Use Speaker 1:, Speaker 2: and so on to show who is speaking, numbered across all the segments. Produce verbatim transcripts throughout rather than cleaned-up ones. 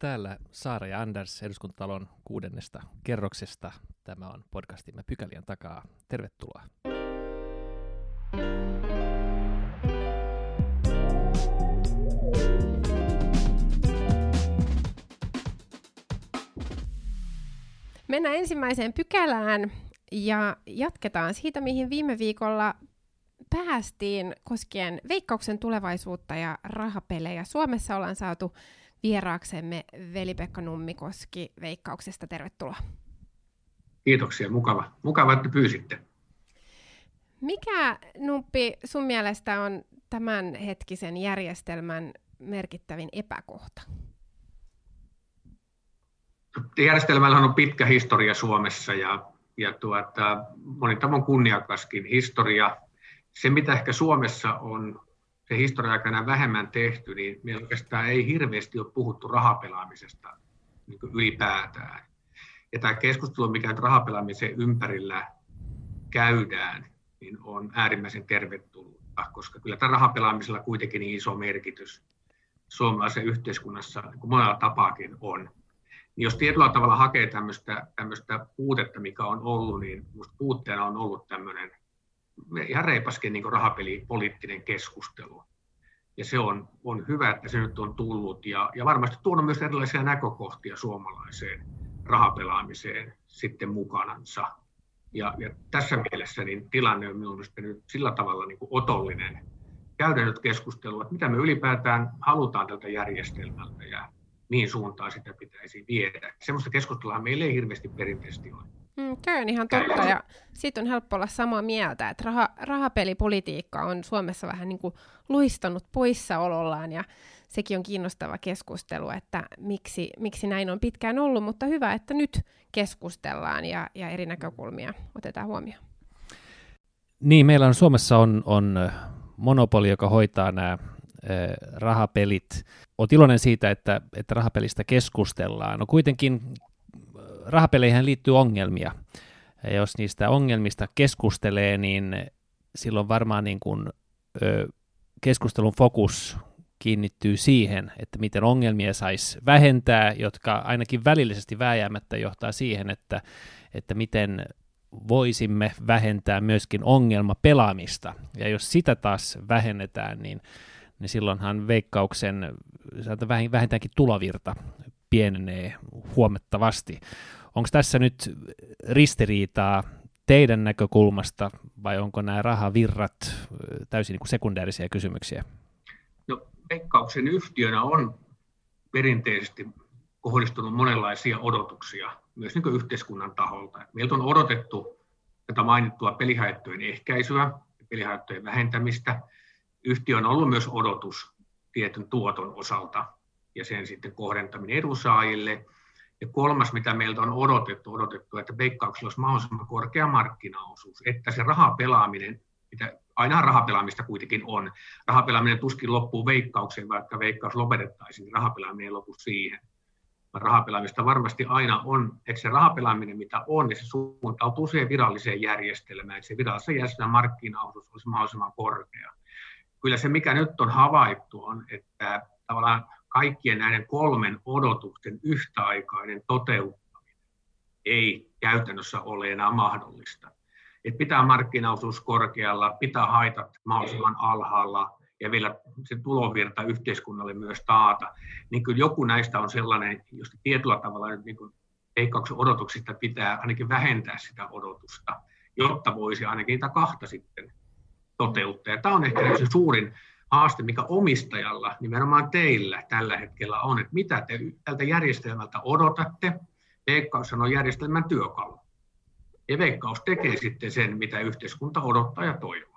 Speaker 1: Täällä Saara ja Anders Eduskuntatalon kuudennesta kerroksesta. Tämä on podcastimme Pykälien takaa. Tervetuloa.
Speaker 2: Mennään ensimmäiseen pykälään ja jatketaan siitä, mihin viime viikolla päästiin koskien Veikkauksen tulevaisuutta ja rahapelejä. Suomessa ollaan saatu vieraaksemme Veli-Pekka Nummikoski Veikkauksesta. Tervetuloa.
Speaker 3: Kiitoksia, mukava. Mukava, että pyysitte.
Speaker 2: Mikä, Numpi, sun mielestä on tämän hetkisen järjestelmän merkittävin epäkohta?
Speaker 3: Järjestelmällä on pitkä historia Suomessa ja, ja tuota, monin tavoin kunniakaskin historia. Se, mitä ehkä Suomessa on se historian aikana vähemmän tehty, niin meillä oikeastaan ei hirveästi ole puhuttu rahapelaamisesta niin kuin ylipäätään. Ja tämä keskustelu, mikä nyt rahapelaamisen ympärillä käydään, niin on äärimmäisen tervetullutta, koska kyllä tämä rahapelaamisella kuitenkin niin iso merkitys suomalaisen yhteiskunnassa niin kuin monella tapaakin on. Niin jos tietyllä tavalla hakee tämmöistä, tämmöistä puutetta, mikä on ollut, niin minusta puutteena on ollut tämmöinen ihan reipaskin niin kuin rahapelipoliittinen keskustelu. Ja se on, on hyvä, että se nyt on tullut ja, ja varmasti tuonut myös erilaisia näkökohtia suomalaiseen rahapelaamiseen sitten mukanansa. Ja, ja tässä mielessä niin tilanne on minun mielestä nyt sillä tavalla niin kuin otollinen. Käydään nyt keskustelua, että mitä me ylipäätään halutaan tältä järjestelmältä ja mihin suuntaan sitä pitäisi viedä. Semmoista keskustelua meillä ei hirveästi perinteisesti ole.
Speaker 2: Mm, Tämä on ihan totta, ja siitä on helppo olla samaa mieltä, että raha, rahapelipolitiikka on Suomessa vähän niin kuin luistanut poissaolollaan, ja sekin on kiinnostava keskustelu, että miksi, miksi näin on pitkään ollut, mutta hyvä, että nyt keskustellaan ja, ja eri näkökulmia otetaan huomioon.
Speaker 1: Niin, meillä on Suomessa on, on monopoli, joka hoitaa nämä rahapelit. Olet iloinen siitä, että, että rahapelistä keskustellaan. No kuitenkin rahapeleihin liittyy ongelmia. Ja jos niistä ongelmista keskustelee, niin silloin varmaan niin kuin, ö, keskustelun fokus kiinnittyy siihen, että miten ongelmia saisi vähentää, jotka ainakin välillisesti vääjäämättä johtaa siihen, että, että miten voisimme vähentää myöskin ongelmapelaamista. Ja jos sitä taas vähennetään, niin niin silloinhan Veikkauksen vähintäänkin tulovirta pienenee huomattavasti. Onko tässä nyt ristiriitaa teidän näkökulmasta, vai onko nämä rahavirrat täysin niin kuin sekundäärisiä kysymyksiä?
Speaker 3: No, Veikkauksen yhtiönä on perinteisesti kohdistunut monenlaisia odotuksia, myös niin kuin yhteiskunnan taholta. Meiltä on odotettu tätä mainittua pelihaittojen ehkäisyä ja pelihaittojen vähentämistä. Yhtiö on ollut myös odotus tietyn tuoton osalta ja sen sitten kohdentaminen edunsaajille. Ja kolmas, mitä meiltä on odotettu, odotettu, että Veikkauksella olisi mahdollisimman korkea markkinaosuus, että se rahapelaaminen, mitä aina rahapelaamista kuitenkin on, rahapelaaminen tuskin loppuu Veikkaukseen, vaikka Veikkaus lopetettaisiin, niin rahapelaaminen ei lopu siihen. Rahapelaamista varmasti aina on, että se rahapelaaminen, mitä on, niin se suuntautuu siihen viralliseen järjestelmään, että se virallisen järjestelmän markkinaosuus olisi mahdollisimman korkea. Kyllä se, mikä nyt on havaittu, on, että tavallaan kaikkien näiden kolmen odotuksen yhtäaikainen toteuttaminen ei käytännössä ole enää mahdollista. Et pitää markkinaosuus korkealla, pitää haitat mahdollisimman alhaalla ja vielä se tulovirta yhteiskunnalle myös taata. Niin kyllä joku näistä on sellainen, josta tietyllä tavalla nyt niin kuin Veikkauksen odotuksista pitää ainakin vähentää sitä odotusta, jotta voisi ainakin niitä kahta sitten toteuttaa. Ja tämä on ehkä se suurin haaste, mikä omistajalla, nimenomaan teillä tällä hetkellä on, että mitä te tältä järjestelmältä odotatte. Veikkaus on järjestelmän työkalu. Ja Veikkaus tekee sitten sen, mitä yhteiskunta odottaa ja toivoo.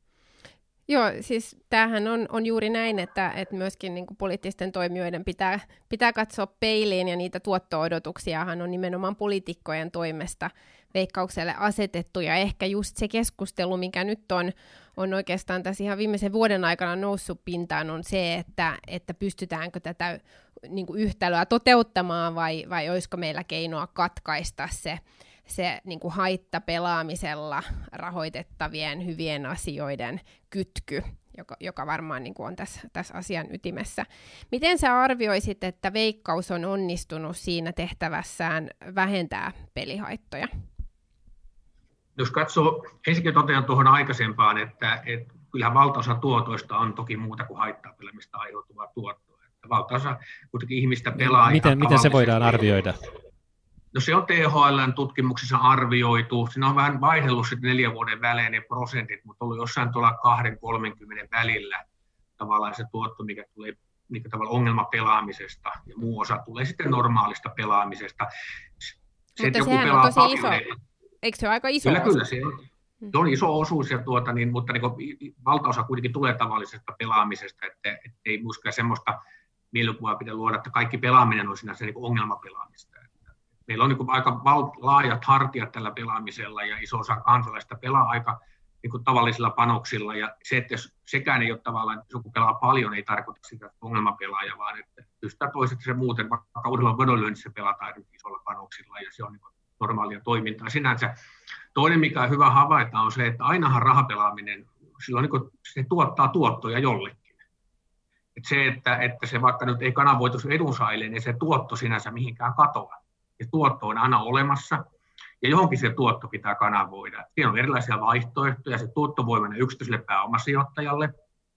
Speaker 2: Joo, siis tämähän on, on juuri näin, että, että myöskin niin kuin poliittisten toimijoiden pitää, pitää katsoa peiliin, ja niitä tuotto-odotuksiahan on nimenomaan poliitikkojen toimesta Veikkaukselle asetettu, ja ehkä just se keskustelu, mikä nyt on, on oikeastaan tässä ihan viimeisen vuoden aikana noussut pintaan, on se, että, että pystytäänkö tätä niin kuin yhtälöä toteuttamaan, vai, vai olisiko meillä keinoa katkaista se, se niin kuin haittapelaamisella rahoitettavien hyvien asioiden kytky, joka, joka varmaan niin kuin on tässä, tässä asian ytimessä. Miten sä arvioisit, että Veikkaus on onnistunut siinä tehtävässään vähentää pelihaittoja?
Speaker 3: Jos katsoo, ensinnäkin totean tuohon aikaisempaan, että, että kyllähän valtaosa tuotoista on toki muuta kuin haittapelaamista aiheutuvaa tuottoa. Että valtaosa kuitenkin ihmistä pelaa.
Speaker 1: Miten, miten se voidaan arvioida?
Speaker 3: No se on T H L:n tutkimuksissa arvioitu. Siinä on vähän vaihdellut sitten neljän vuoden välein ne prosentit, mutta ollut jossain tuolla kaksikymmentä kolmekymmentä välillä tavallaan se tuotto, mikä tulee mikä tavallaan ongelmapelaamisesta ja muu osa tulee sitten normaalista pelaamisesta.
Speaker 2: Se, mutta sehän on tosi iso. Eikö se ole aika iso
Speaker 3: Kyllä,
Speaker 2: osuus?
Speaker 3: kyllä. Se on, se on iso osuus, ja tuota, niin, mutta niin kuin, valtaosa kuitenkin tulee tavallisesta pelaamisesta, että, että ei myöskään semmoista mielikuvaa pitää luoda, että kaikki pelaaminen on sinänsä niin kuin ongelmapelaamista. Että meillä on niin kuin aika val- laajat hartiat tällä pelaamisella, ja iso osa kansalaista pelaa aika niin kuin tavallisilla panoksilla, ja se, että jos sekään ei ole tavallaan, että joku pelaa paljon, ei tarkoita sitä, että ongelmapelaaja, vaan että syystä toiset se muuten, vaikka uudella vedonlyönnissä pelataan isolla panoksilla, ja se on niin kuin normaalia toimintaa sinänsä. Toinen, mikä on hyvä havaita, on se, että ainahan rahapelaaminen, silloin niin kuin se tuottaa tuottoja jollekin. Et se, että, että se vaikka nyt ei kanavoitus edunsaajille, niin se tuotto sinänsä mihinkään katoa. Se tuotto on aina olemassa, ja johonkin se tuotto pitää kanavoida. Siinä on erilaisia vaihtoehtoja. Se tuotto voi mennä yksityiselle pääomasijoittajalle,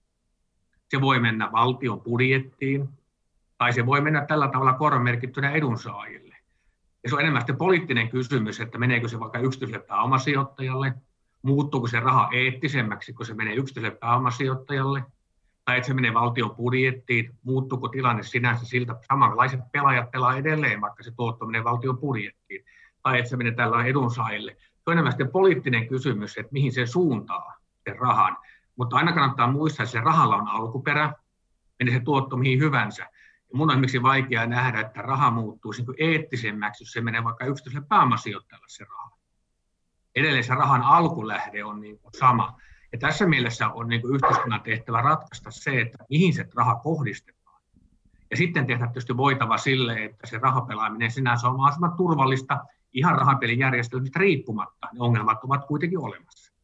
Speaker 3: se voi mennä valtion budjettiin, tai se voi mennä tällä tavalla korvamerkittynä edunsaajille. Ja se on enemmän sitten poliittinen kysymys, että meneekö se vaikka yksityiselle pääomasijoittajalle, muuttuuko se raha eettisemmäksi, kun se menee yksityiselle pääomasijoittajalle, tai että se menee valtion budjettiin, muuttuuko tilanne sinänsä siltä, samanlaiset pelaajat pelaa edelleen, vaikka se tuotto menee valtion budjettiin, tai että se menee tällä edunsaajille. Se on enemmän sitten poliittinen kysymys, että mihin se suuntaa sen rahan, mutta aina kannattaa muistaa, että se rahalla on alkuperä, menee se tuotto mihin hyvänsä. Mun on esimerkiksi vaikea nähdä, että raha muuttuu eettisemmäksi, jos se menee vaikka yksityiselle pääomasijoittajalle se raha. Edelleen se rahan alkulähde on niin kuin sama. Ja tässä mielessä on niin kuin yhteiskunnan tehtävä ratkaista se, että mihin se raha kohdistetaan. Ja sitten tehdä tietysti voitava sille, että se rahapelaaminen sinänsä on mahdollisimman turvallista ihan rahapelijärjestelmistä riippumatta. Ne ongelmat ovat kuitenkin olemassa.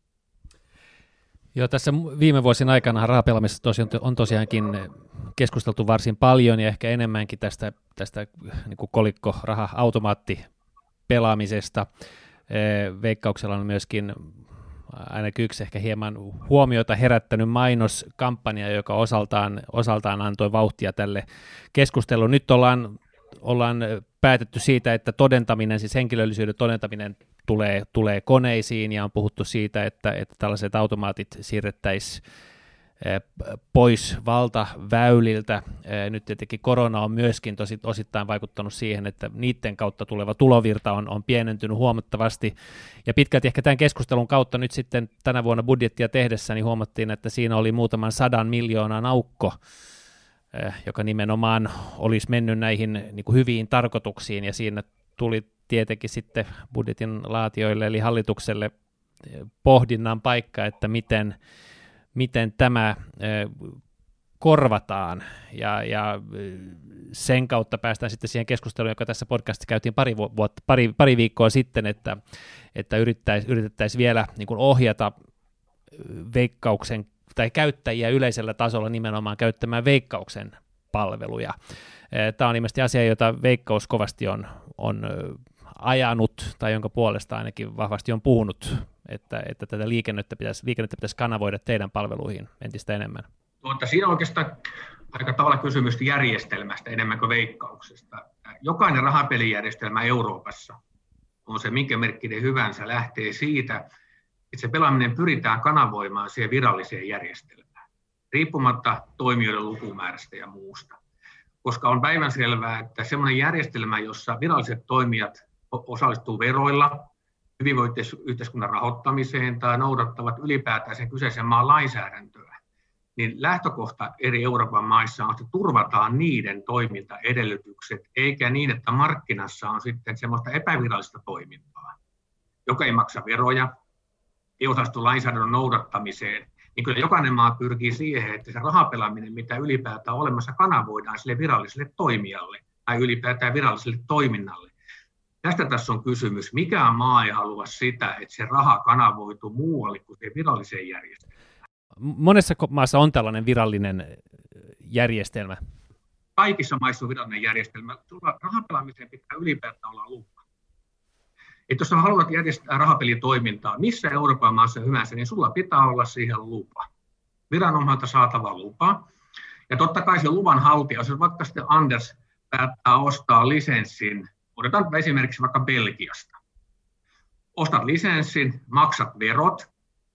Speaker 1: Joo, tässä viime vuosien aikana rahapelaamisesta tosiaan on tosiaankin keskusteltu varsin paljon ja ehkä enemmänkin tästä, tästä niin kuin kolikko-raha-automaattipelaamisesta. Veikkauksella on myöskin ainakin yksi ehkä hieman huomiota herättänyt mainoskampanja, joka osaltaan, osaltaan antoi vauhtia tälle keskusteluun. Nyt ollaan, ollaan päätetty siitä, että todentaminen, siis henkilöllisyyden todentaminen tulee, tulee koneisiin, ja on puhuttu siitä, että, että tällaiset automaatit siirrettäisiin pois valtaväyliltä. Nyt tietenkin korona on myöskin tosi, osittain vaikuttanut siihen, että niiden kautta tuleva tulovirta on, on pienentynyt huomattavasti. Ja pitkälti ehkä tämän keskustelun kautta nyt sitten tänä vuonna budjettia tehdessä niin huomattiin, että siinä oli muutaman sadan miljoonan aukko, joka nimenomaan olisi mennyt näihin niin kuin hyviin tarkoituksiin, ja siinä tuli tietenkin sitten budjetin laatijoille eli hallitukselle pohdinnan paikka, että miten miten tämä korvataan, ja, ja sen kautta päästään sitten siihen keskusteluun, joka tässä podcastissa käytiin pari, vuotta, pari, pari viikkoa sitten, että, että yritettäisiin yritettäisi vielä niin kuin ohjata Veikkauksen tai käyttäjiä yleisellä tasolla nimenomaan käyttämään Veikkauksen palveluja. Tämä on ilmeisesti asia, jota Veikkaus kovasti on, on ajanut, tai jonka puolesta ainakin vahvasti on puhunut, että, että tätä liikennettä pitäisi, liikennettä pitäisi kanavoida teidän palveluihin entistä enemmän. Tuota,
Speaker 3: siinä on oikeastaan aika tavalla kysymys järjestelmästä enemmän kuin Veikkauksesta. Jokainen rahapelijärjestelmä Euroopassa, on se minkä merkkinen hyvänsä, lähtee siitä, että se pelaaminen pyritään kanavoimaan siihen viralliseen järjestelmään, riippumatta toimijoiden lukumäärästä ja muusta. Koska on päivänselvää, että semmoinen järjestelmä, jossa viralliset toimijat osallistuu veroilla hyvinvointiyhteiskunnan rahoittamiseen tai noudattavat ylipäätään sen kyseisen maan lainsäädäntöä, niin lähtökohta eri Euroopan maissa on, että turvataan niiden toimintaedellytykset, eikä niin, että markkinassa on sitten semmoista epävirallista toimintaa, joka ei maksa veroja, ei osallistu lainsäädännön noudattamiseen. Niin kyllä jokainen maa pyrkii siihen, että se rahapelaaminen, mitä ylipäätään on olemassa, kanavoidaan sille viralliselle toimijalle tai ylipäätään viralliselle toiminnalle. Tästä tässä on kysymys. Mikään maa ei halua sitä, että se raha kanavoituu muualle kuin se viralliseen järjestelmään.
Speaker 1: monessa maassa on tällainen virallinen järjestelmä?
Speaker 3: Kaikissa maissa on virallinen järjestelmä. Rahapelaamiseen pitää ylipäätään olla lupa. Että jos haluat järjestää rahapelitoimintaa missä Euroopan maassa hyvänsä, niin sulla pitää olla siihen lupa. Viranomaiselta saatava lupa. Ja totta kai se luvan haltija, jos vaikka sitten Anders päättää ostaa lisenssin, otetaan esimerkiksi vaikka Belgiasta. Ostat lisenssin, maksat verot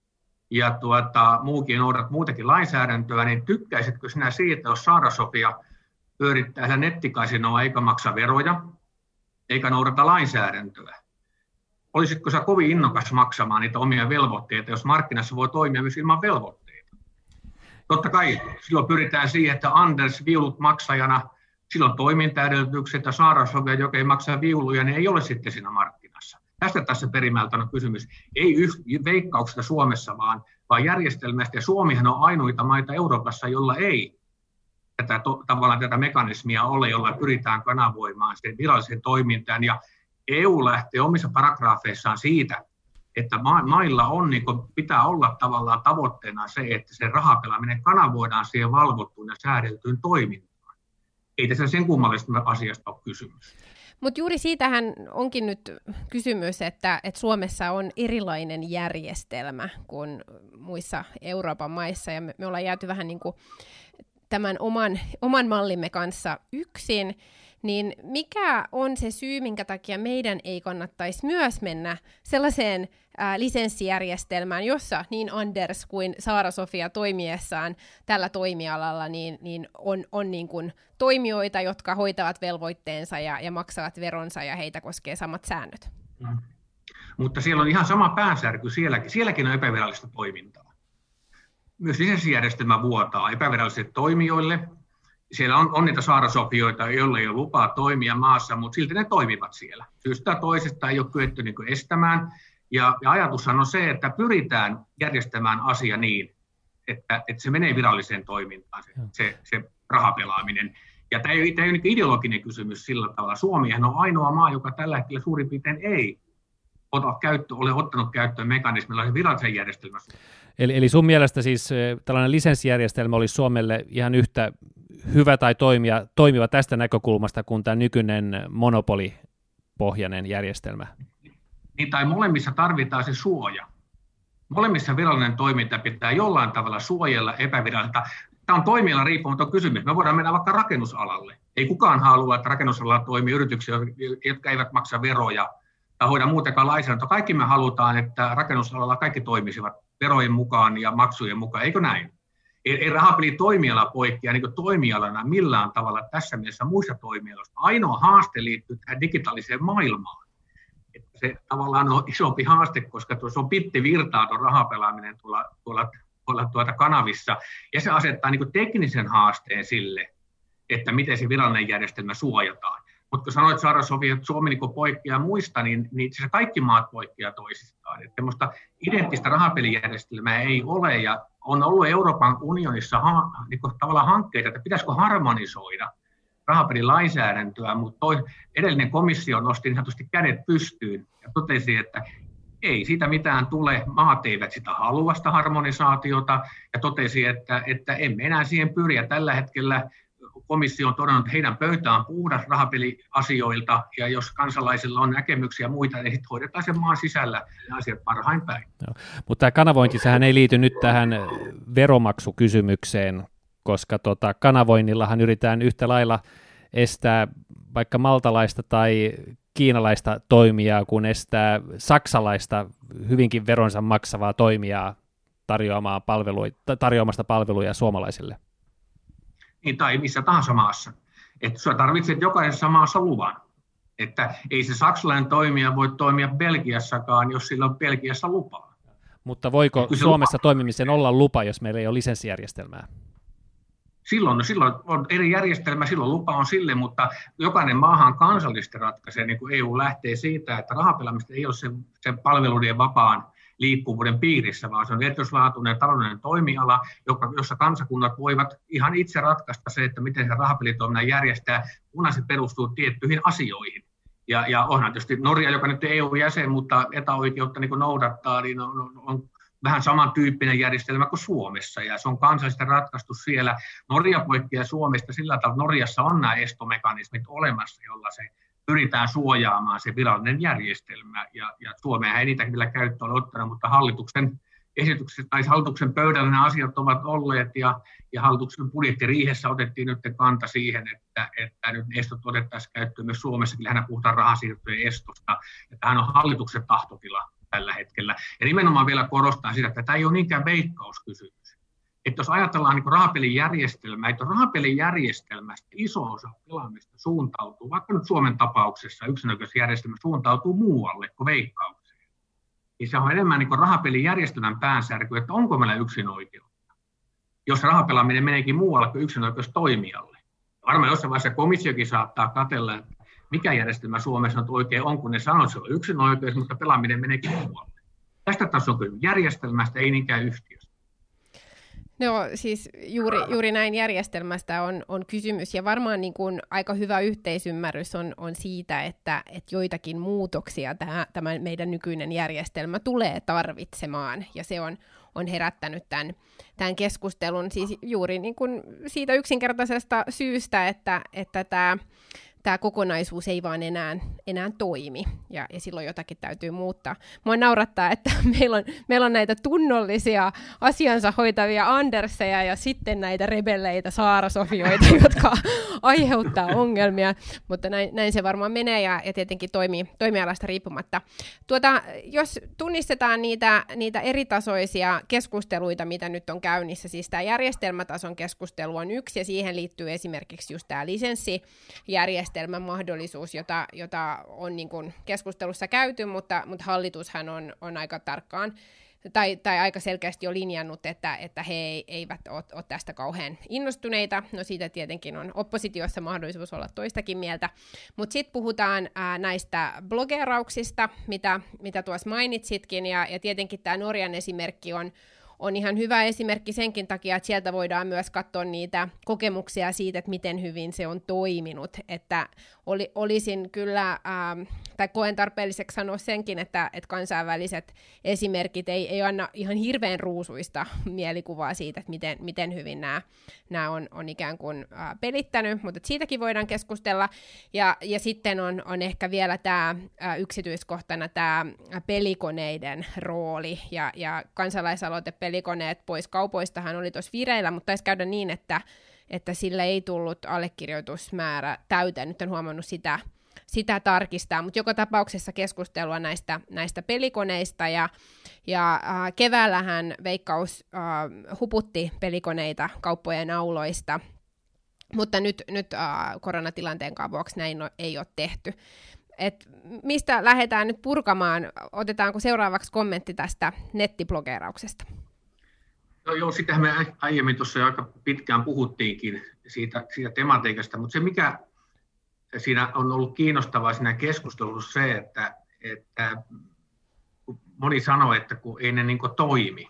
Speaker 3: ja tuota, muukin noudat muutenkin lainsäädäntöä, niin tykkäisitkö sinä siitä, jos Saara Sofia pyörittää nettikasinoa eikä maksa veroja, eikä noudata lainsäädäntöä? Olisitko sä kovin innokas maksamaan niitä omia velvoitteita, jos markkinassa voi toimia myös ilman velvoitteita? Totta kai silloin pyritään siihen, että Anders viulut maksajana, silloin toimintaedellytykset ja Saara Sofia, joka ei maksa viuluja, niin ei ole sitten siinä markkinassa. Tästä tässä perimmäältä on kysymys. Ei Veikkauksesta Suomessa, vaan, vaan järjestelmästä. Ja Suomihan on ainoita maita Euroopassa, jolla ei tätä, tavallaan tätä mekanismia ole, jolla pyritään kanavoimaan sen virallisen toimintaan. Ja E U lähtee omissa paragraafeissaan siitä, että ma- mailla on, niin kuin pitää olla tavallaan tavoitteena se, että se rahapelaaminen kanavoidaan siihen valvottuun ja säädeltyyn toimintaan. Ei tässä sen kummallisesta asiasta ole kysymys.
Speaker 2: Mutta juuri siitähän onkin nyt kysymys, että, että Suomessa on erilainen järjestelmä kuin muissa Euroopan maissa, ja me, me ollaan jääty vähän niin kuin tämän oman, oman mallimme kanssa yksin. Niin mikä on se syy, minkä takia meidän ei kannattaisi myös mennä sellaiseen ää, lisenssijärjestelmään, jossa niin Anders kuin Saara Sofia toimiessaan tällä toimialalla niin, niin on, on niin kuin toimijoita, jotka hoitavat velvoitteensa ja, ja maksavat veronsa ja heitä koskee samat säännöt?
Speaker 3: Mm. Mutta siellä on ihan sama päänsärky sielläkin. Sielläkin on epävirallista toimintaa. Myös lisenssijärjestelmä vuotaa epävirallisille toimijoille. Siellä on, on niitä Saara Sofioita, joilla ei ole lupaa toimia maassa, mutta silti ne toimivat siellä. Syystä tai toisesta ei ole kyetty niin kuin estämään. Ja, ja ajatushan on se, että pyritään järjestämään asia niin, että, että se menee viralliseen toimintaan, se, se, se rahapelaaminen. Ja tämä ei, tämä ei ole niin ideologinen kysymys sillä tavalla. Suomihan on ainoa maa, joka tällä hetkellä suurin piirtein ei ota käyttö, ole ottanut käyttöön mekanismilla virallisen järjestelmän.
Speaker 1: Eli, eli sun mielestä siis tällainen lisenssijärjestelmä olisi Suomelle ihan yhtä hyvä tai toimia, toimiva tästä näkökulmasta kuin tämä nykyinen monopolipohjainen järjestelmä?
Speaker 3: Niin, tai molemmissa tarvitaan se suoja. Molemmissa virallinen toiminta pitää jollain tavalla suojella epävirallista. Tämä on toimiala riippumaton kysymys. Me voidaan mennä vaikka rakennusalalle. Ei kukaan halua, että rakennusalalla toimii yrityksiä, jotka eivät maksa veroja tai hoida muutenkaan lainsäädäntöä. Kaikki me halutaan, että rakennusalalla kaikki toimisivat verojen mukaan ja maksujen mukaan. Eikö näin? Ei rahapelitoimiala poikkea niin toimialana millään tavalla tässä mielessä muissa toimialoissa. Ainoa haaste liittyy tähän digitaaliseen maailmaan. Että se tavallaan on isompi haaste, koska tuossa on pittivirtaa tuon rahapelaaminen tuolla, tuolla, tuolla tuota kanavissa. Ja se asettaa niin teknisen haasteen sille, että miten se virallinen järjestelmä suojataan. Mutta kun sanoit, Saara Sofia, että Suomi niin poikkeaa muista, niin, niin se kaikki maat poikkeaa toisistaan. Että semmoista identtistä rahapelijärjestelmää ei ole, ja on ollut Euroopan unionissa ha, niin tavallaan hankkeita, että pitäisikö harmonisoida rahapelilainsäädäntöä, mutta toi edellinen komissio nosti niin sanotusti kädet pystyyn ja totesi, että ei siitä mitään tule, maat eivät sitä halua sitä harmonisaatiota, ja totesi, että, että emme enää siihen pyri, ja tällä hetkellä komissio on todennut, että heidän pöytään on puhdas rahapeliasioilta, ja jos kansalaisilla on näkemyksiä ja muita, niin sitten hoidetaan sen maan sisällä ne asiat parhain päin.
Speaker 1: Joo. Mutta tämä kanavointi, sehän ei liity nyt tähän veromaksukysymykseen, koska tota, kanavoinnillahan yritetään yhtä lailla estää vaikka maltalaista tai kiinalaista toimijaa, kun estää saksalaista hyvinkin veronsa maksavaa toimijaa tarjoamaan palveluita, tarjoamasta palveluja suomalaisille.
Speaker 3: Niin, tai missä tahansa maassa. Että sinä tarvitset jokaisessa maassa luvan. Että ei se saksalainen toimija voi toimia Belgiassakaan, jos sillä on Belgiassa lupaa.
Speaker 1: Mutta voiko Suomessa lupa toimimisen olla lupa, jos meillä ei ole lisenssijärjestelmää?
Speaker 3: Silloin, no silloin on eri järjestelmä, silloin lupa on sille, mutta jokainen maahan kansallisesti ratkaisee, niin kuin E U lähtee siitä, että rahapelaamista ei ole sen, sen palveluiden vapaan liikkuvuuden piirissä, vaan se on erityislaatuinen taloudellinen toimiala, joka, jossa kansakunnat voivat ihan itse ratkaista se, että miten se rahapelitoiminnan järjestää, kunhan se perustuu tiettyihin asioihin. Ja, ja onhan tietysti Norja, joka nyt ei E U-jäsen, mutta etäoikeutta niin noudattaa, niin on, on, on vähän samantyyppinen järjestelmä kuin Suomessa, ja se on kansallisesti ratkaistu siellä. Norja poikkeaa Suomesta sillä tavalla, että Norjassa on nämä estomekanismit olemassa, jolla se pyritään suojaamaan se virallinen järjestelmä, ja, ja Suomea ei niitä kyllä käyttöön ole ottanut, mutta hallituksen esitykset, tai hallituksen pöydällä nämä asiat ovat olleet, ja, ja hallituksen budjettiriihessä otettiin nyt kanta siihen, että, että nyt estot otettaisiin käyttöön myös Suomessa, kyllähän puhutaan rahasiirtojen estosta, ja tämähän on hallituksen tahtotila tällä hetkellä. Ja nimenomaan vielä korostaa sitä, että tämä ei ole niinkään veikkauskysymys. Että jos ajatellaan niin rahapelijärjestelmää, että rahapelijärjestelmästä iso osa pelaamista suuntautuu, vaikka nyt Suomen tapauksessa yksinäköisjärjestelmä suuntautuu muualle kuin veikkaukseen, niin se on enemmän niin rahapelijärjestelmän päänsärky, että onko meillä yksinoikeutta, jos rahapelaaminen meneekin muualle kuin yksinoikeustoimijalle. Varmaan jossain vaiheessa komissiokin saattaa katsella, että mikä järjestelmä Suomessa nyt oikein on, kun ne sanoo, että se on yksinoikeus, mutta pelaaminen meneekin muualle. Tästä taas on kyllä järjestelmästä, ei niinkään yhtiöstä.
Speaker 2: No siis juuri, juuri näin järjestelmästä on, on kysymys, ja varmaan niin kuin aika hyvä yhteisymmärrys on, on siitä, että, että joitakin muutoksia tämä, tämä meidän nykyinen järjestelmä tulee tarvitsemaan, ja se on, on herättänyt tämän, tämän keskustelun siis juuri niin kuin siitä yksinkertaisesta syystä, että, että tämä tämä kokonaisuus ei vaan enää, enää toimi, ja, ja silloin jotakin täytyy muuttaa. Mua naurattaa, että meillä on, meillä on näitä tunnollisia asiansa hoitavia Anderseja ja sitten näitä rebelleitä Saara-Sofioita, jotka aiheuttaa ongelmia, mutta näin, näin se varmaan menee, ja, ja tietenkin toimii toimialasta riippumatta. Tuota, jos tunnistetaan niitä, niitä eritasoisia keskusteluita, mitä nyt on käynnissä, siis tämä järjestelmätason keskustelu on yksi, ja siihen liittyy esimerkiksi just tämä lisenssijärjestelmä, mahdollisuus, jota, jota on niin kuin keskustelussa käyty, mutta, mutta hallitushan on, on aika tarkkaan tai, tai aika selkeästi jo linjannut, että, että he eivät ole, ole tästä kauhean innostuneita. No siitä tietenkin on oppositiossa mahdollisuus olla toistakin mieltä. Mutta sitten puhutaan ää, näistä blogerauksista, mitä, mitä tuossa mainitsitkin, ja, ja tietenkin tämä Norjan esimerkki on on ihan hyvä esimerkki senkin takia, että sieltä voidaan myös katsoa niitä kokemuksia siitä, että miten hyvin se on toiminut. Että oli, olisin kyllä, ähm, tai koen tarpeelliseksi sanoa senkin, että, että kansainväliset esimerkit ei, ei anna ihan hirveän ruusuista mielikuvaa siitä, että miten, miten hyvin nämä, nämä on, on ikään kuin äh, pelittänyt, mutta siitäkin voidaan keskustella. Ja, ja sitten on, on ehkä vielä tämä äh, yksityiskohtana tämä pelikoneiden rooli, ja, ja kansalaisaloite pelikoneet pois kaupoistahan oli tuossa vireillä, mutta taisi käydä niin, että, että sillä ei tullut allekirjoitusmäärä täyteen. Nyt en huomannut sitä, sitä tarkistaa, mutta joka tapauksessa keskustelua näistä, näistä pelikoneista, ja, ja äh, keväällähän Veikkaus äh, huputti pelikoneita kauppojen auloista, mutta nyt, nyt äh, koronatilanteen vuoksi näin no, ei ole tehty. Et mistä lähdetään nyt purkamaan? Otetaanko seuraavaksi kommentti tästä nettiblogeerauksesta?
Speaker 3: No joo, sitähän me aiemmin tuossa jo aika pitkään puhuttiinkin siitä, siitä tematiikasta, mutta se mikä siinä on ollut kiinnostavaa siinä keskustelussa se, että, että moni sanoo, että kun ei ne niin kuin toimi.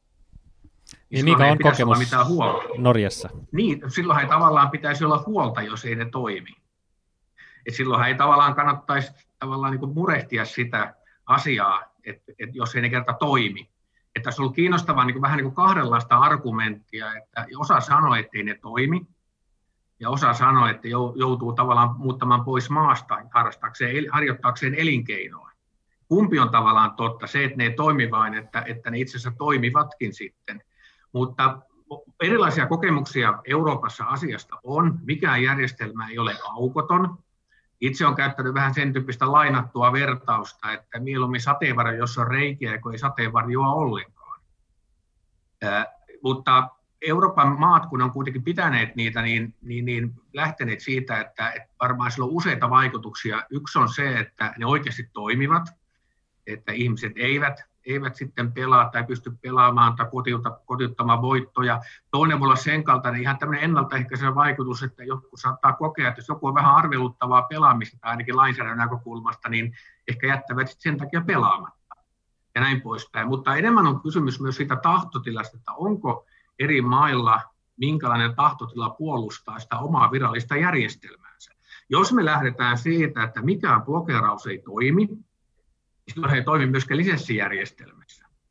Speaker 1: Niin mikä on kokemus Norjassa?
Speaker 3: Niin, silloin ei tavallaan pitäisi olla huolta, jos ei ne toimi. Et silloinhan ei tavallaan kannattaisi tavallaan niin kuin murehtia sitä asiaa, että, että jos ei ne kerta toimi. Että tässä on ollut kiinnostavaa niin kuin vähän niin kuin kahdenlaista argumenttia, että osa sanoo, että ei ne toimi, ja osa sanoo, että joutuu tavallaan muuttamaan pois maasta harjoittaakseen, harjoittaakseen elinkeinoa. Kumpi on tavallaan totta? Se, että ne ei toimi vain, että, että ne itse asiassa toimivatkin sitten. Mutta erilaisia kokemuksia Euroopassa asiasta on. Mikään järjestelmä ei ole aukoton. Itse olen käyttänyt vähän sen tyyppistä lainattua vertausta, että mieluummin sateenvarjo, jos on reikiä, kun ei sateenvarjoa ollenkaan. Äh, mutta Euroopan maat, kun on kuitenkin pitäneet niitä, niin, niin, niin lähteneet siitä, että, että varmaan sillä on useita vaikutuksia. Yksi on se, että ne oikeasti toimivat, että ihmiset eivät, eivät sitten pelaa tai pysty pelaamaan tai kotiuttamaan voittoja. Toinen voi olla sen kaltainen ihan tämmöinen ennaltaehkäisevä vaikutus, että joku saattaa kokea, että jos joku on vähän arveluttavaa pelaamista tai ainakin lainsäädännön näkökulmasta, niin ehkä jättävät sen takia pelaamatta ja näin poispäin. Mutta enemmän on kysymys myös siitä tahtotilasta, että onko eri mailla minkälainen tahtotila puolustaa sitä omaa virallista järjestelmäänsä. Jos me lähdetään siitä, että mikään blokeraus ei toimi, silloin ei toimi myöskään lisenssijärjestelmässä.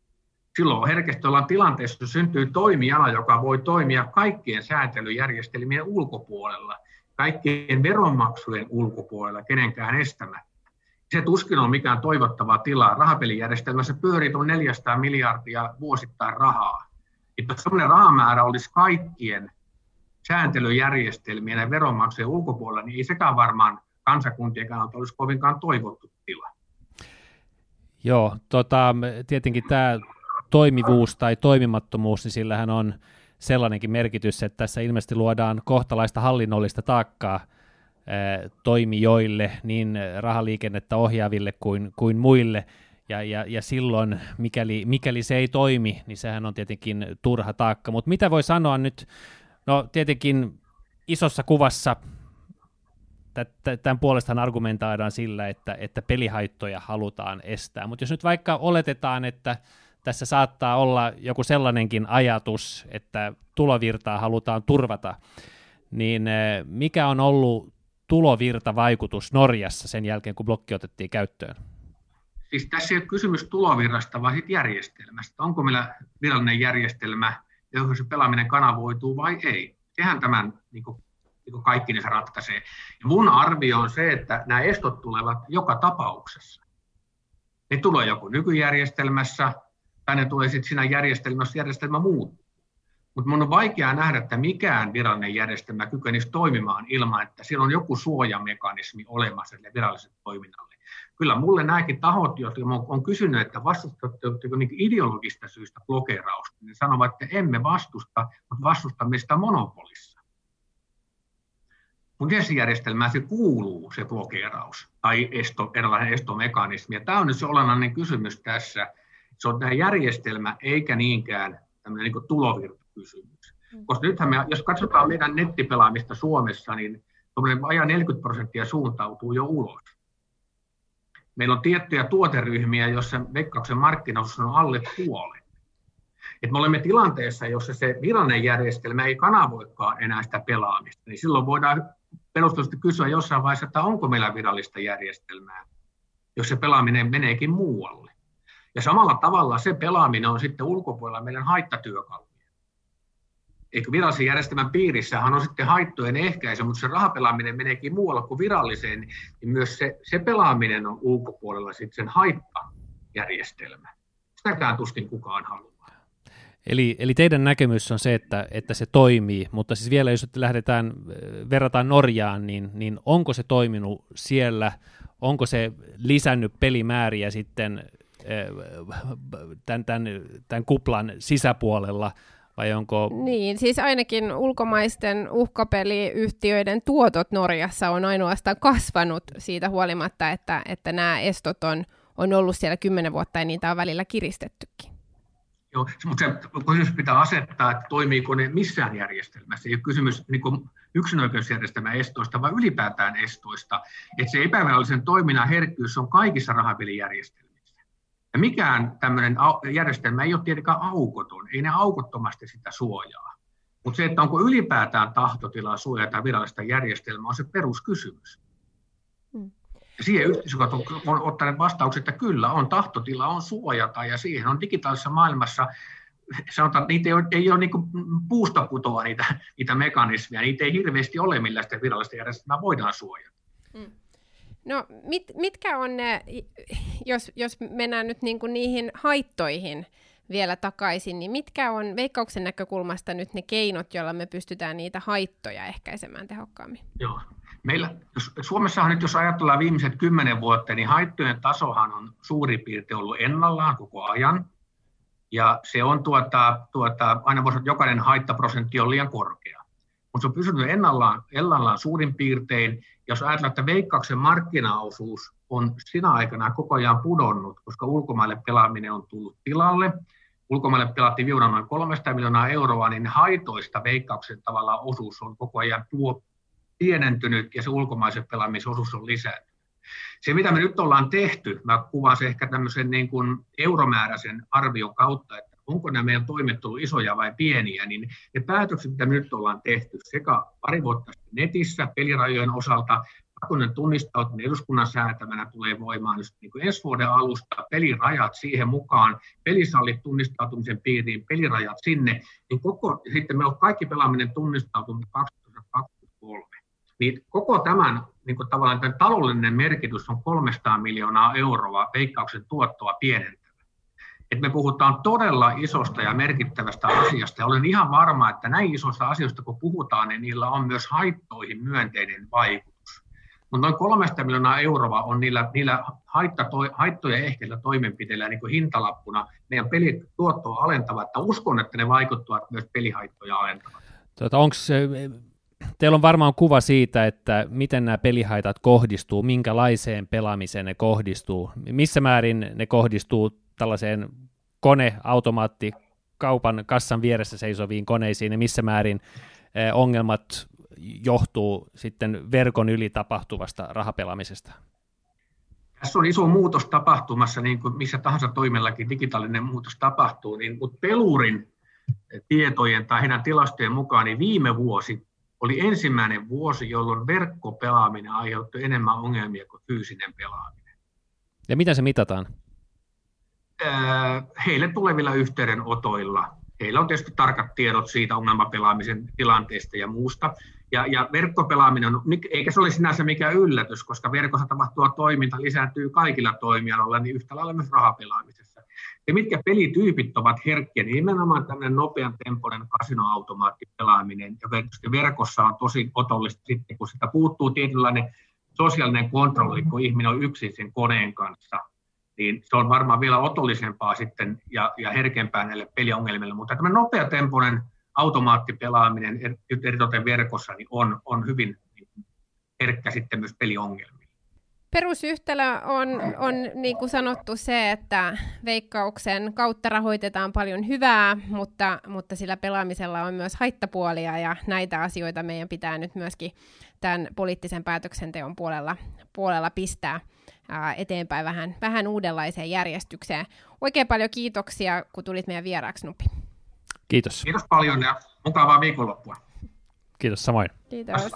Speaker 3: silloin herkästi ollaan tilanteessa, että syntyy toimiala, joka voi toimia kaikkien sääntelyjärjestelmien ulkopuolella, kaikkien veronmaksujen ulkopuolella, kenenkään estämättä. Se tuskin on mikään toivottava tila. Rahapelijärjestelmässä pyörii tuon neljäsataa miljardia vuosittain rahaa. Että jos sellainen rahamäärä olisi kaikkien sääntelyjärjestelmien ja veronmaksujen ulkopuolella, niin ei sekään varmaan kansakuntien kannalta olisi kovinkaan toivottu tila.
Speaker 1: Joo, tota, tietenkin tämä toimivuus tai toimimattomuus, niin sillähän on sellainenkin merkitys, että tässä ilmeisesti luodaan kohtalaista hallinnollista taakkaa toimijoille, niin rahaliikennettä ohjaaville kuin, kuin muille, ja, ja, ja silloin, mikäli, mikäli se ei toimi, niin sehän on tietenkin turha taakka. Mutta mitä voi sanoa nyt, no tietenkin isossa kuvassa tämän puolestaan argumentoidaan sillä, että, että pelihaittoja halutaan estää, mutta jos nyt vaikka oletetaan, että tässä saattaa olla joku sellainenkin ajatus, että tulovirtaa halutaan turvata, niin mikä on ollut tulovirtavaikutus Norjassa sen jälkeen, kun blokki otettiin käyttöön?
Speaker 3: Siis tässä ei ole kysymys tulovirrasta, vaan sitten järjestelmästä. Onko meillä virallinen järjestelmä, johon se pelaaminen kanavoituu vai ei? Sehän tämän niin kuin, niin kuin kaikki ne se ratkaisee. Ja mun arvio on se, että nämä estot tulevat joka tapauksessa. Ne tulee joko nykyjärjestelmässä, tai ne tulee sitten siinä järjestelmässä, järjestelmä muuttuu. Mutta mun on vaikea nähdä, että mikään virallinen järjestelmä kykenisi toimimaan ilman, että siellä on joku suojamekanismi olemassa sille viralliselle toiminnalle. Kyllä mulle nämäkin tahot, jotka on kysynyt, että vastustatteko niin ideologista syystä blokeerausta, niin sanovat, että emme vastusta, mutta vastustamme sitä monopolissa. Mutta tietysti järjestelmään se kuuluu se blokeeraus tai esto, erilainen estomekanismi. Ja tämä on nyt se olennainen kysymys tässä. Se on tämä järjestelmä eikä niinkään tämmöinen niin kuin tulovirtakysymys. Koska nythän me, jos katsotaan meidän nettipelaamista Suomessa, niin vajaa neljäkymmentä prosenttia suuntautuu jo ulos. Meillä on tiettyjä tuoteryhmiä, joissa Veikkauksen markkinaosuus on alle puolet. Et me olemme tilanteessa, jossa se virallinen järjestelmä ei kanavoikaan enää sitä pelaamista, niin silloin voidaan perustellusti kysyä jossain vaiheessa, että onko meillä virallista järjestelmää, jos se pelaaminen meneekin muualle. Ja samalla tavalla se pelaaminen on sitten ulkopuolella meidän haittatyökaluja. Eikö virallisen järjestelmän piirissähän on sitten haittojen ehkäisy, mutta se rahapelaaminen meneekin muualla kuin viralliseen, niin myös se, se pelaaminen on ulkopuolella sitten sen haittajärjestelmä. Sitäkään tuskin kukaan haluaa.
Speaker 1: Eli, eli teidän näkemys on se, että, että se toimii, mutta siis vielä jos lähdetään, verrataan Norjaan, niin, niin onko se toiminut siellä, onko se lisännyt pelimääriä sitten tämän, tämän, tämän kuplan sisäpuolella, vai onko...
Speaker 2: Niin, siis ainakin ulkomaisten uhkapeliyhtiöiden tuotot Norjassa on ainoastaan kasvanut siitä huolimatta, että, että nämä estot on, on ollut siellä kymmenen vuotta ja niitä on välillä kiristettykin.
Speaker 3: Joo, mutta se kysymys pitää asettaa, että toimiiko ne missään järjestelmässä. Ei ole kysymys niin kuin yksinoikeusjärjestelmän estoista, vaan ylipäätään estoista. Että se epävirallisen toiminnan herkkyys on kaikissa rahapelijärjestelmissä. Ja mikään tämmöinen järjestelmä ei ole tietenkään aukoton, ei ne aukottomasti sitä suojaa. Mutta se, että onko ylipäätään tahtotilaa suojata virallista järjestelmää, on se peruskysymys. Mm. Ja siihen yhteisökat on ottaneet vastaukset, että kyllä on tahtotila, on suojata, ja siihen on digitaalisessa maailmassa, sanotaan, että niitä ei ole, ei ole niin kuin puusta putoa niitä, niitä mekanismeja, niitä ei hirveästi ole, millä sitä virallista järjestelmää voidaan suojata. Mm.
Speaker 2: No mit, mitkä on ne, jos, jos mennään nyt niin kuin niihin haittoihin vielä takaisin, niin mitkä on Veikkauksen näkökulmasta nyt ne keinot, joilla me pystytään niitä haittoja ehkäisemään tehokkaammin?
Speaker 3: Joo. Meillä, jos, Suomessahan nyt, jos ajatellaan viimeiset kymmenen vuotta, niin haittojen tasohan on suurin piirtein ollut ennallaan koko ajan. Ja se on tuota, tuota, aina voisi, että jokainen haittaprosentti on liian korkea. Mutta se on pysynyt ennallaan, ennallaan suurin piirtein. Jos ajatellaan, että Veikkauksen markkinaosuus on sinä aikana koko ajan pudonnut, koska ulkomaille pelaaminen on tullut tilalle. Ulkomaille pelattiin viime noin kolmesataa miljoonaa euroa, niin haitoista Veikkauksen tavallaan osuus on koko ajan tuo pienentynyt ja se ulkomaisen pelaamisosuus on lisääntynyt. Se, mitä me nyt ollaan tehty, mä kuvaan se ehkä tämmöisen niin kuin euromääräisen arvion kautta, että onko nämä meidän toimet ollut isoja vai pieniä, niin ne päätökset, mitä me nyt ollaan tehty sekä pari vuotta netissä pelirajojen osalta, pakollinen tunnistautuminen eduskunnan säätämänä tulee voimaan just niin kuin ensi vuoden alusta, pelirajat siihen mukaan, pelisallit tunnistautumisen piiriin, pelirajat sinne, niin koko, sitten meillä on kaikki pelaaminen tunnistautuminen kaksituhattakaksikymmentäkolme. Niin koko tämän, niin kuin tavallaan tämän taloudellinen merkitys on kolmesataa miljoonaa euroa Veikkauksen tuottoa pienentävä. Et me puhutaan todella isosta ja merkittävästä asiasta, ja olen ihan varma, että näin isosta asioista kun puhutaan, niin niillä on myös haittoihin myönteinen vaikutus. Mutta noin kolmesataa miljoonaa euroa on niillä, niillä haittoja ehkäisillä toimenpiteillä niin kuin hintalappuna meidän pelituottoa alentava, että uskon, että ne vaikuttavat myös pelihaittoja alentavat.
Speaker 1: Tuota, onks, teillä on varmaan kuva siitä, että miten nämä pelihaitat kohdistuu, minkälaiseen pelaamiseen ne kohdistuu, missä määrin ne kohdistuu tällaiseen kone-automaatti kaupan kassan vieressä seisoviin koneisiin, ja missä määrin ongelmat johtuu sitten verkon yli tapahtuvasta rahapelaamisesta?
Speaker 3: Tässä on iso muutos tapahtumassa, niin kuin missä tahansa toimellakin digitaalinen muutos tapahtuu, niin, mutta pelurin tietojen tai heidän tilastojen mukaan niin viime vuosi oli ensimmäinen vuosi, jolloin verkkopelaaminen aiheutti enemmän ongelmia kuin fyysinen pelaaminen.
Speaker 1: Ja miten se mitataan?
Speaker 3: Heille tulevilla yhteydenotoilla. Heillä on tietysti tarkat tiedot siitä ongelmapelaamisen tilanteesta ja muusta. Ja, ja verkkopelaaminen, on, eikä se ole sinänsä mikään yllätys, koska verkossa tapahtuva toiminta lisääntyy kaikilla toimialoilla, niin yhtä lailla myös rahapelaamisessa. Ja mitkä pelityypit ovat herkkiä, niin nimenomaan tämmöinen nopean tempoinen kasinoautomaattipelaaminen, joka verkossa on tosi otollista sitten, kun sitä puuttuu tietynlainen sosiaalinen kontrolli, kun ihminen on yksin sen koneen kanssa. Niin se on varmaan vielä otollisempaa sitten ja, ja herkempää näille peliongelmille, mutta tämä nopeatempoinen automaattipelaaminen eritoten verkossa niin on, on hyvin herkkä sitten myös peliongelmille.
Speaker 2: Perusyhtälö on, on niin kuin sanottu se, että Veikkauksen kautta rahoitetaan paljon hyvää, mutta, mutta sillä pelaamisella on myös haittapuolia, ja näitä asioita meidän pitää nyt myöskin tämän poliittisen päätöksenteon puolella, puolella pistää eteenpäin vähän, vähän uudenlaiseen järjestykseen. Oikein paljon kiitoksia, kun tulit meidän vieraaksi, Nupi.
Speaker 1: Kiitos.
Speaker 3: Kiitos paljon ja mukavaa viikonloppua.
Speaker 1: Kiitos samoin.
Speaker 2: Kiitos.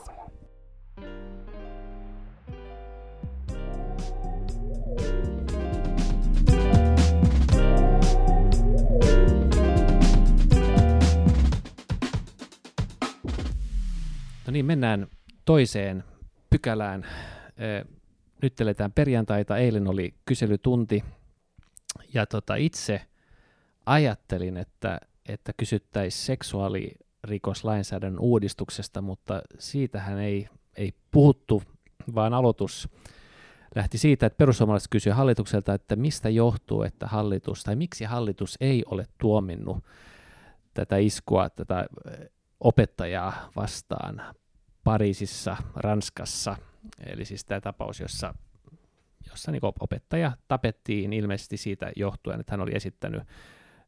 Speaker 1: No niin, mennään toiseen pykälään. Nyt eletään perjantaita, eilen oli kyselytunti, ja tota, itse ajattelin, että, että kysyttäisiin seksuaalirikoslainsäädännön uudistuksesta, mutta siitähän ei, ei puhuttu, vaan aloitus lähti siitä, että perussuomalaiset kysyivät hallitukselta, että mistä johtuu, että hallitus, tai miksi hallitus ei ole tuominnut tätä iskua, tätä opettajaa vastaan Pariisissa, Ranskassa. Eli siis tämä tapaus, jossa, jossa niin opettaja tapettiin ilmeisesti siitä johtuen, että hän oli esittänyt ö,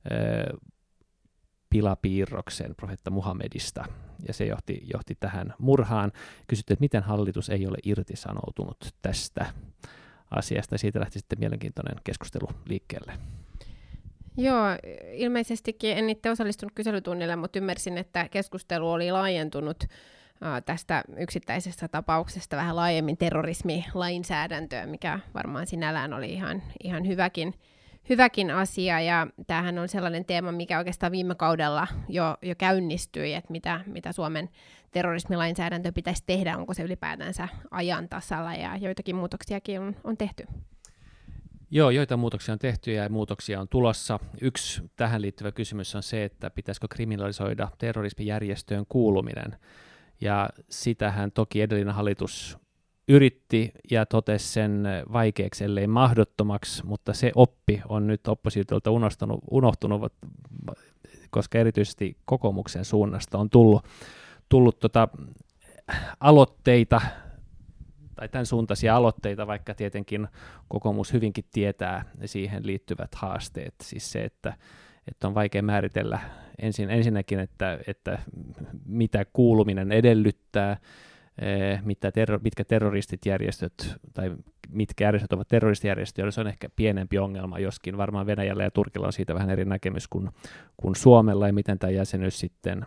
Speaker 1: pilapiirroksen profeetta Muhammedista, ja se johti, johti tähän murhaan. Kysyttiin, että miten hallitus ei ole irtisanoutunut tästä asiasta, ja siitä lähti sitten mielenkiintoinen keskustelu liikkeelle.
Speaker 2: Joo, ilmeisestikin en itse osallistunut kyselytunnille, mutta ymmärsin, että keskustelu oli laajentunut tästä yksittäisestä tapauksesta vähän laajemmin terrorismilainsäädäntöön, mikä varmaan sinällään oli ihan, ihan hyväkin, hyväkin asia. Ja tämähän on sellainen teema, mikä oikeastaan viime kaudella jo, jo käynnistyi, että mitä, mitä Suomen terrorismilainsäädäntö pitäisi tehdä, onko se ylipäätänsä ajan tasalla, ja joitakin muutoksiakin on, on tehty.
Speaker 1: Joo, joita muutoksia on tehty ja muutoksia on tulossa. Yksi tähän liittyvä kysymys on se, että pitäisikö kriminalisoida terrorismijärjestöön kuuluminen. Ja sitähän toki edellinen hallitus yritti ja totesi sen vaikeaksi, ellei mahdottomaksi, mutta se oppi on nyt oppositiolta unohtunut, unohtunut, koska erityisesti kokoomuksen suunnasta on tullut, tullut tota aloitteita, tai tämän suuntaisia aloitteita, vaikka tietenkin kokoomus hyvinkin tietää siihen liittyvät haasteet. Siis se, että, että on vaikea määritellä ensin, ensinnäkin, että, että mitä kuuluminen edellyttää, mitä terro, mitkä terroristit järjestöt, tai mitkä järjestöt ovat terroristijärjestöjä, se on ehkä pienempi ongelma, joskin varmaan Venäjällä ja Turkilla on siitä vähän eri näkemys kuin, kuin Suomella, ja miten tämä jäsenyys sitten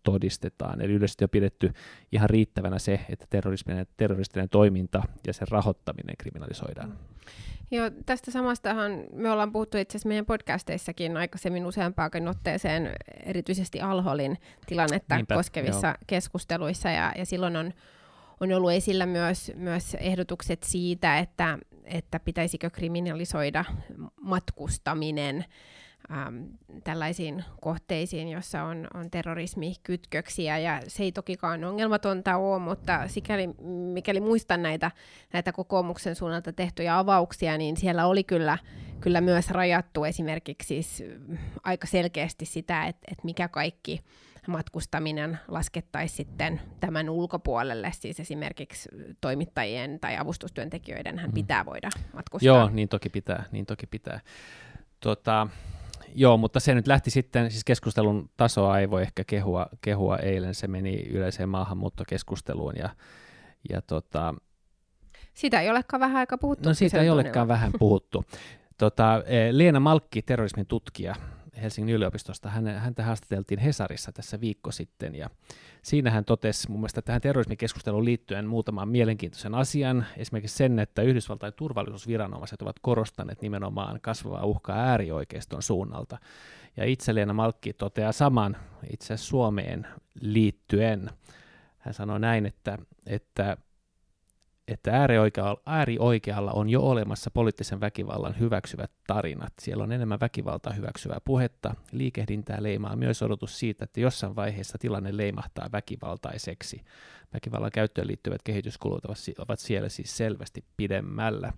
Speaker 1: todistetaan. Eli yleisesti on pidetty ihan riittävänä se, että terroristinen, terroristinen toiminta ja sen rahoittaminen kriminalisoidaan.
Speaker 2: Joo, tästä samastahan me ollaan puhuttu itse asiassa meidän podcasteissakin aikaisemmin useampaakin otteeseen, erityisesti Al-Holin tilannetta Niinpä, koskevissa joo. keskusteluissa, ja, ja silloin on, on ollut esillä myös, myös ehdotukset siitä, että, että pitäisikö kriminalisoida matkustaminen äm, tällaisiin kohteisiin, joissa on, on terrorismikytköksiä, ja se ei tokikaan ongelmatonta ole, mutta sikäli, mikäli muistan näitä, näitä kokoomuksen suunnalta tehtyjä avauksia, niin siellä oli kyllä, kyllä myös rajattu esimerkiksi siis aika selkeästi sitä, että, että mikä kaikki matkustaminen laskettaisiin sitten tämän ulkopuolelle, siis esimerkiksi toimittajien tai avustustyöntekijöiden hän pitää voida matkustaa.
Speaker 1: Joo, niin toki pitää, niin toki pitää. Tota, joo, mutta se nyt lähti sitten, siis keskustelun tasoa ei voi ehkä kehua, kehua eilen, se meni yleiseen maahanmuuttokeskusteluun ja, ja tota,
Speaker 2: sitä ei olekaan vähän aika puhuttu.
Speaker 1: No siitä ei olekaan vähän puhuttu. Tota, Leena Malkki, terrorismin tutkija Helsingin yliopistosta, häntä haastateltiin Hesarissa tässä viikko sitten, ja siinä hän totesi mun mielestä tähän terrorismikeskusteluun liittyen muutaman mielenkiintoisen asian, esimerkiksi sen, että Yhdysvaltain turvallisuusviranomaiset ovat korostaneet nimenomaan kasvavaa uhkaa äärioikeiston suunnalta, ja itse Leena Malkki toteaa saman itse asiassa Suomeen liittyen. Hän sanoi näin, että, että että äärioikealla, äärioikealla on jo olemassa poliittisen väkivallan hyväksyvät tarinat. Siellä on enemmän väkivaltaa hyväksyvää puhetta. Liikehdintää leimaa myös odotus siitä, että jossain vaiheessa tilanne leimahtaa väkivaltaiseksi. Väkivallan käyttöön liittyvät kehityskulut ovat siellä siis selvästi pidemmällä.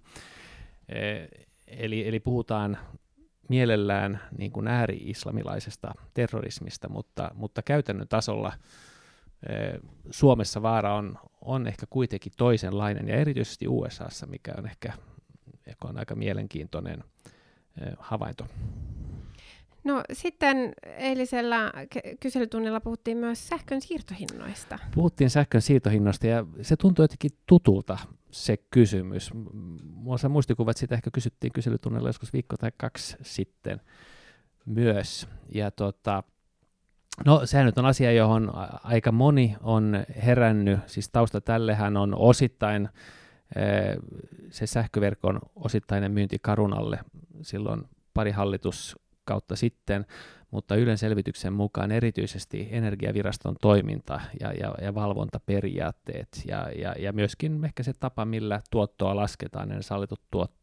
Speaker 1: Eli, eli puhutaan mielellään niin kuin ääri-islamilaisesta terrorismista, mutta, mutta käytännön tasolla Suomessa vaara on, on ehkä kuitenkin toisenlainen, ja erityisesti U S A:ssa, mikä on ehkä, ehkä on aika mielenkiintoinen havainto.
Speaker 2: No sitten eilisellä kyselytunnilla puhuttiin myös sähkön siirtohinnoista.
Speaker 1: Puhuttiin sähkön siirtohinnoista, ja se tuntui jotenkin tutulta se kysymys. Mulla on muistikuva, että sitä ehkä kysyttiin kyselytunnilla joskus viikko tai kaksi sitten myös, ja tota, no sehän nyt on asia, johon aika moni on herännyt, siis tausta tällehän on osittain se sähköverkon osittainen myynti Carunalle silloin pari hallituskautta sitten, mutta Ylen selvityksen mukaan erityisesti Energiaviraston toiminta ja, ja, ja valvontaperiaatteet ja, ja, ja myöskin ehkä se tapa, millä tuottoa lasketaan, ne sallitut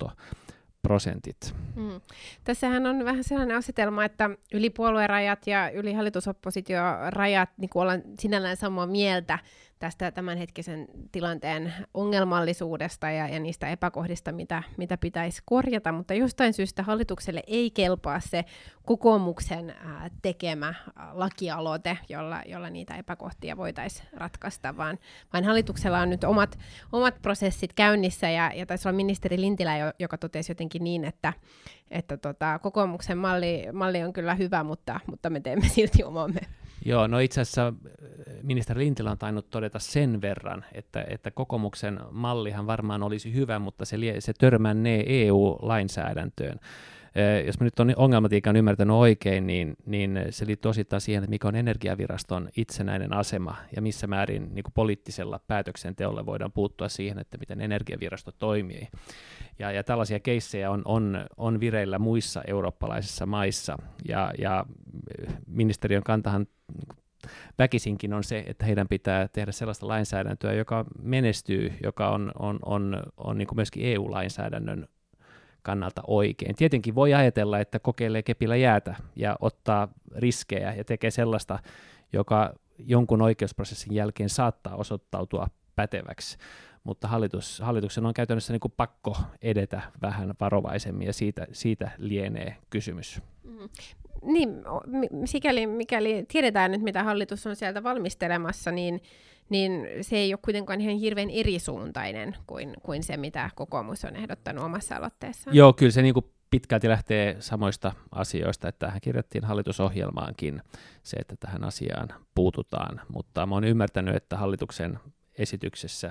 Speaker 1: tuottoprosentit.
Speaker 2: Mm. Tässähän on vähän sellainen asetelma, että yli puoluerajat ja yli hallitusoppositiorajat niin ollaan sinällään samaa mieltä tästä tämänhetkisen tilanteen ongelmallisuudesta ja, ja niistä epäkohdista, mitä, mitä pitäisi korjata, mutta jostain syystä hallitukselle ei kelpaa se kokoomuksen ää, tekemä lakialoite, jolla, jolla niitä epäkohtia voitaisiin ratkaista, vaan, vaan hallituksella on nyt omat, omat prosessit käynnissä, ja, ja taisi olla ministeri Lintilä, joka totesi jotenkin niin, että, että tota, kokoomuksen malli, malli on kyllä hyvä, mutta, mutta me teemme silti omamme.
Speaker 1: Joo, no itse asiassa ministeri Lintilä on tainnut todeta sen verran, että, että kokoomuksen mallihan varmaan olisi hyvä, mutta se, se törmännee E U-lainsäädäntöön. Jos mä nyt on ongelmatiikan ymmärtänyt oikein, niin, niin se liittyy osittain siihen, että mikä on Energiaviraston itsenäinen asema ja missä määrin niin kuin poliittisella päätöksenteolla voidaan puuttua siihen, että miten Energiavirasto toimii. Ja, ja tällaisia keissejä on, on, on vireillä muissa eurooppalaisissa maissa, ja, ja ministeriön kantahan väkisinkin on se, että heidän pitää tehdä sellaista lainsäädäntöä, joka menestyy, joka on, on, on, on niin kuin myöskin E U-lainsäädännön kannalta oikein. Tietenkin voi ajatella, että kokeilee kepillä jäätä ja ottaa riskejä ja tekee sellaista, joka jonkun oikeusprosessin jälkeen saattaa osoittautua päteväksi, mutta hallitus, hallituksen on käytännössä niin kuin pakko edetä vähän varovaisemmin, ja siitä, siitä lienee kysymys.
Speaker 2: Mm. Niin, sikäli mikäli tiedetään nyt, mitä hallitus on sieltä valmistelemassa, niin, niin se ei ole kuitenkaan ihan hirveän erisuuntainen kuin, kuin se, mitä kokoomus on ehdottanut omassa aloitteessaan.
Speaker 1: Joo, kyllä se niin kuin pitkälti lähtee samoista asioista, että tähän kirjattiin hallitusohjelmaankin se, että tähän asiaan puututaan, mutta mä oon ymmärtänyt, että hallituksen esityksessä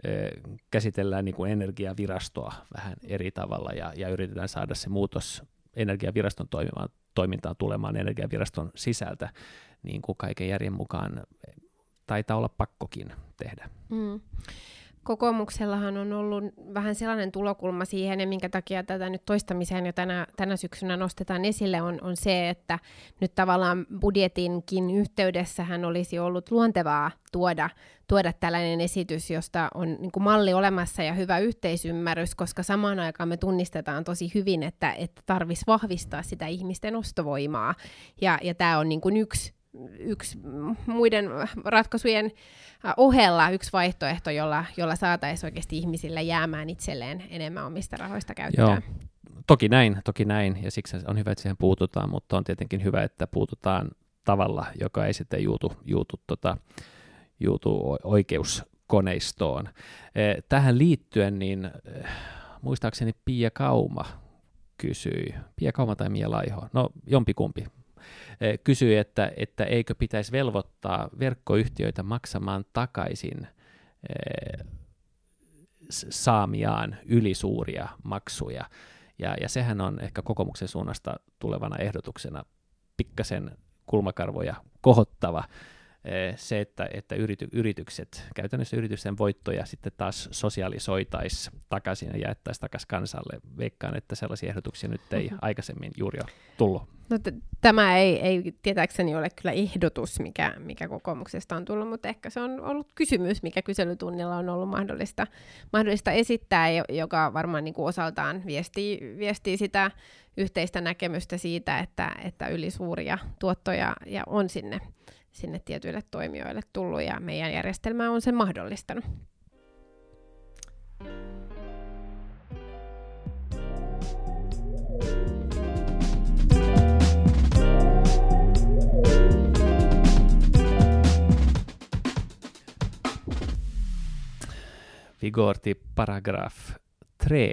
Speaker 1: käsitellään niin kuin Energiavirastoa vähän eri tavalla, ja, ja yritetään saada se muutos energiaviraston toimimaan, toimintaan tulemaan energiaviraston sisältä, niin kuin kaiken järjen mukaan taitaa olla pakkokin tehdä.
Speaker 2: Mm. Kokoomuksellahan on ollut vähän sellainen tulokulma siihen, ja minkä takia tätä nyt toistamiseen jo tänä, tänä syksynä nostetaan esille, on, on se, että nyt tavallaan budjetinkin yhteydessähän olisi ollut luontevaa tuoda, tuoda tällainen esitys, josta on niin kuin malli olemassa ja hyvä yhteisymmärrys, koska samaan aikaan me tunnistetaan tosi hyvin, että, että tarvitsisi vahvistaa sitä ihmisten ostovoimaa, ja, ja tämä on niin kuin yksi yksi muiden ratkaisujen ohella yksi vaihtoehto, jolla, jolla saataisiin oikeasti ihmisille jäämään itselleen enemmän omista rahoista käyttöön.
Speaker 1: Joo, toki näin, toki näin, ja siksi on hyvä, että siihen puututaan, mutta on tietenkin hyvä, että puututaan tavalla, joka ei sitten juutu, juutu, tota, juutu oikeuskoneistoon. Tähän liittyen, niin muistaakseni Pia Kauma kysyi, Pia Kauma tai Mia Laiho, no jompikumpi, kysyi, että, että eikö pitäisi velvoittaa verkkoyhtiöitä maksamaan takaisin eh, saamiaan ylisuuria maksuja. Ja, ja sehän on ehkä kokoomuksen suunnasta tulevana ehdotuksena pikkasen kulmakarvoja kohottava. Se, että, että yrity, yritykset, käytännössä yritysten voittoja sitten taas sosialisoitaisiin takaisin ja jaettaisiin takaisin kansalle. Veikkaan, että sellaisia ehdotuksia nyt ei aikaisemmin juuri ole tullut.
Speaker 2: No, t- tämä ei, ei tietääkseni ole kyllä ehdotus, mikä, mikä kokoomuksesta on tullut, mutta ehkä se on ollut kysymys, mikä kyselytunnilla on ollut mahdollista, mahdollista esittää, joka varmaan niin kuin osaltaan viestii, viestii sitä yhteistä näkemystä siitä, että, että ylisuuria tuottoja ja on sinne sinne tietyille toimijoille tullut, ja meidän järjestelmä on sen mahdollistanut.
Speaker 1: Vi går till paragraf tre.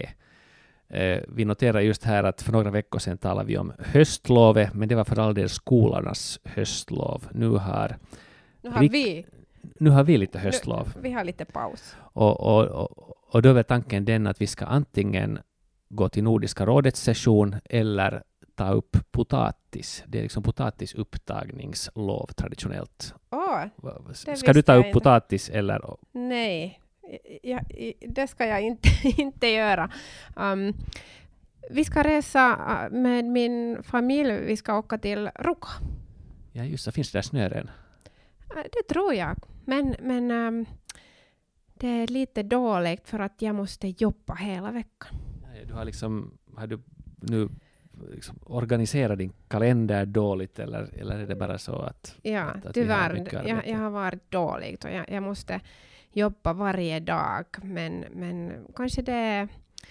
Speaker 1: Vi noterar just här att för några veckor sedan talade vi om höstlovet, men det var för all del skolornas höstlov. Nu har,
Speaker 2: nu har, vi,
Speaker 1: nu har vi lite höstlov.
Speaker 2: Nu, vi har lite paus.
Speaker 1: Och, och, och, och då är tanken den att vi ska antingen gå till Nordiska rådets session eller ta upp potatis. Det är liksom potatisupptagningslov traditionellt.
Speaker 2: Oh,
Speaker 1: ska du ta upp potatis eller?
Speaker 2: Nej. Ja, det ska jag inte, inte göra. Um, vi ska resa med min familj. Vi ska åka till Ruka.
Speaker 1: Ja, just det. Finns det där snö än?
Speaker 2: Det tror jag. Men, men um, det är lite dåligt för att jag måste jobba hela veckan.
Speaker 1: Ja, du har liksom, har du nu liksom organiserat din kalender dåligt, eller, eller är det bara så att...
Speaker 2: Ja,
Speaker 1: att, att
Speaker 2: tyvärr. Jag, jag har varit dåligt och jag, jag måste jobba varje dag, men, men kanske det,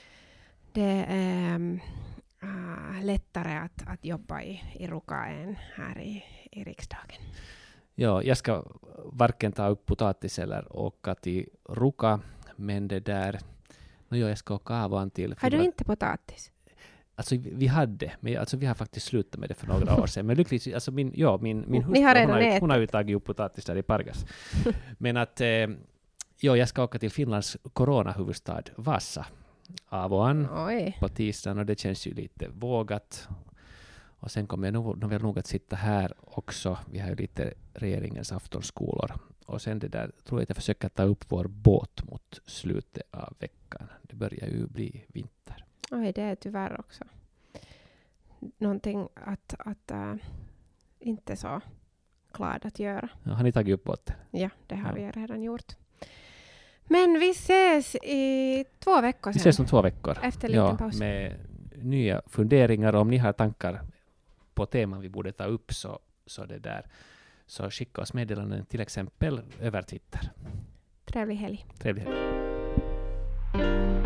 Speaker 2: det är äh, lättare att, att jobba i, i Ruka än här i, i riksdagen.
Speaker 1: Ja, jag ska varken ta upp potatis eller åka till Ruka, men det där... No jo, jag ska åka av till...
Speaker 2: Har du inte potatis?
Speaker 1: Alltså vi hade, men alltså vi har faktiskt slutat med det för några år sedan. Men lyckligtvis, alltså min, ja, min, min hustru,
Speaker 2: har
Speaker 1: hon, har, hon har ju
Speaker 2: ätit.
Speaker 1: tagit upp potatis där i Pargas. Men att, eh, jo, jag ska åka till Finlands coronahuvudstad Vasa av och an
Speaker 2: Oj.
Speaker 1: på tisdagen, och det känns ju lite vågat. Och sen kommer jag nog, nog väl nog att sitta här också. Vi har ju lite regeringens aftonskolor. Och sen det där, tror jag att jag försöker ta upp vår båt mot slutet av veckan. Det börjar ju bli vinter.
Speaker 2: Oj, det är tyvärr också någonting att, att äh, inte så glad att göra.
Speaker 1: Ja, har ni tagit upp båten?
Speaker 2: Ja, det har
Speaker 1: Ja.
Speaker 2: vi redan gjort. Men vi ses i två veckor
Speaker 1: Vi
Speaker 2: sedan.
Speaker 1: ses om två veckor.
Speaker 2: Efter en liten
Speaker 1: Ja,
Speaker 2: paus.
Speaker 1: med nya funderingar. Om ni har tankar på teman vi borde ta upp, så, så, det där, så skicka oss meddelanden till exempel över Twitter.
Speaker 2: Trevlig helg.
Speaker 1: Trevlig helg.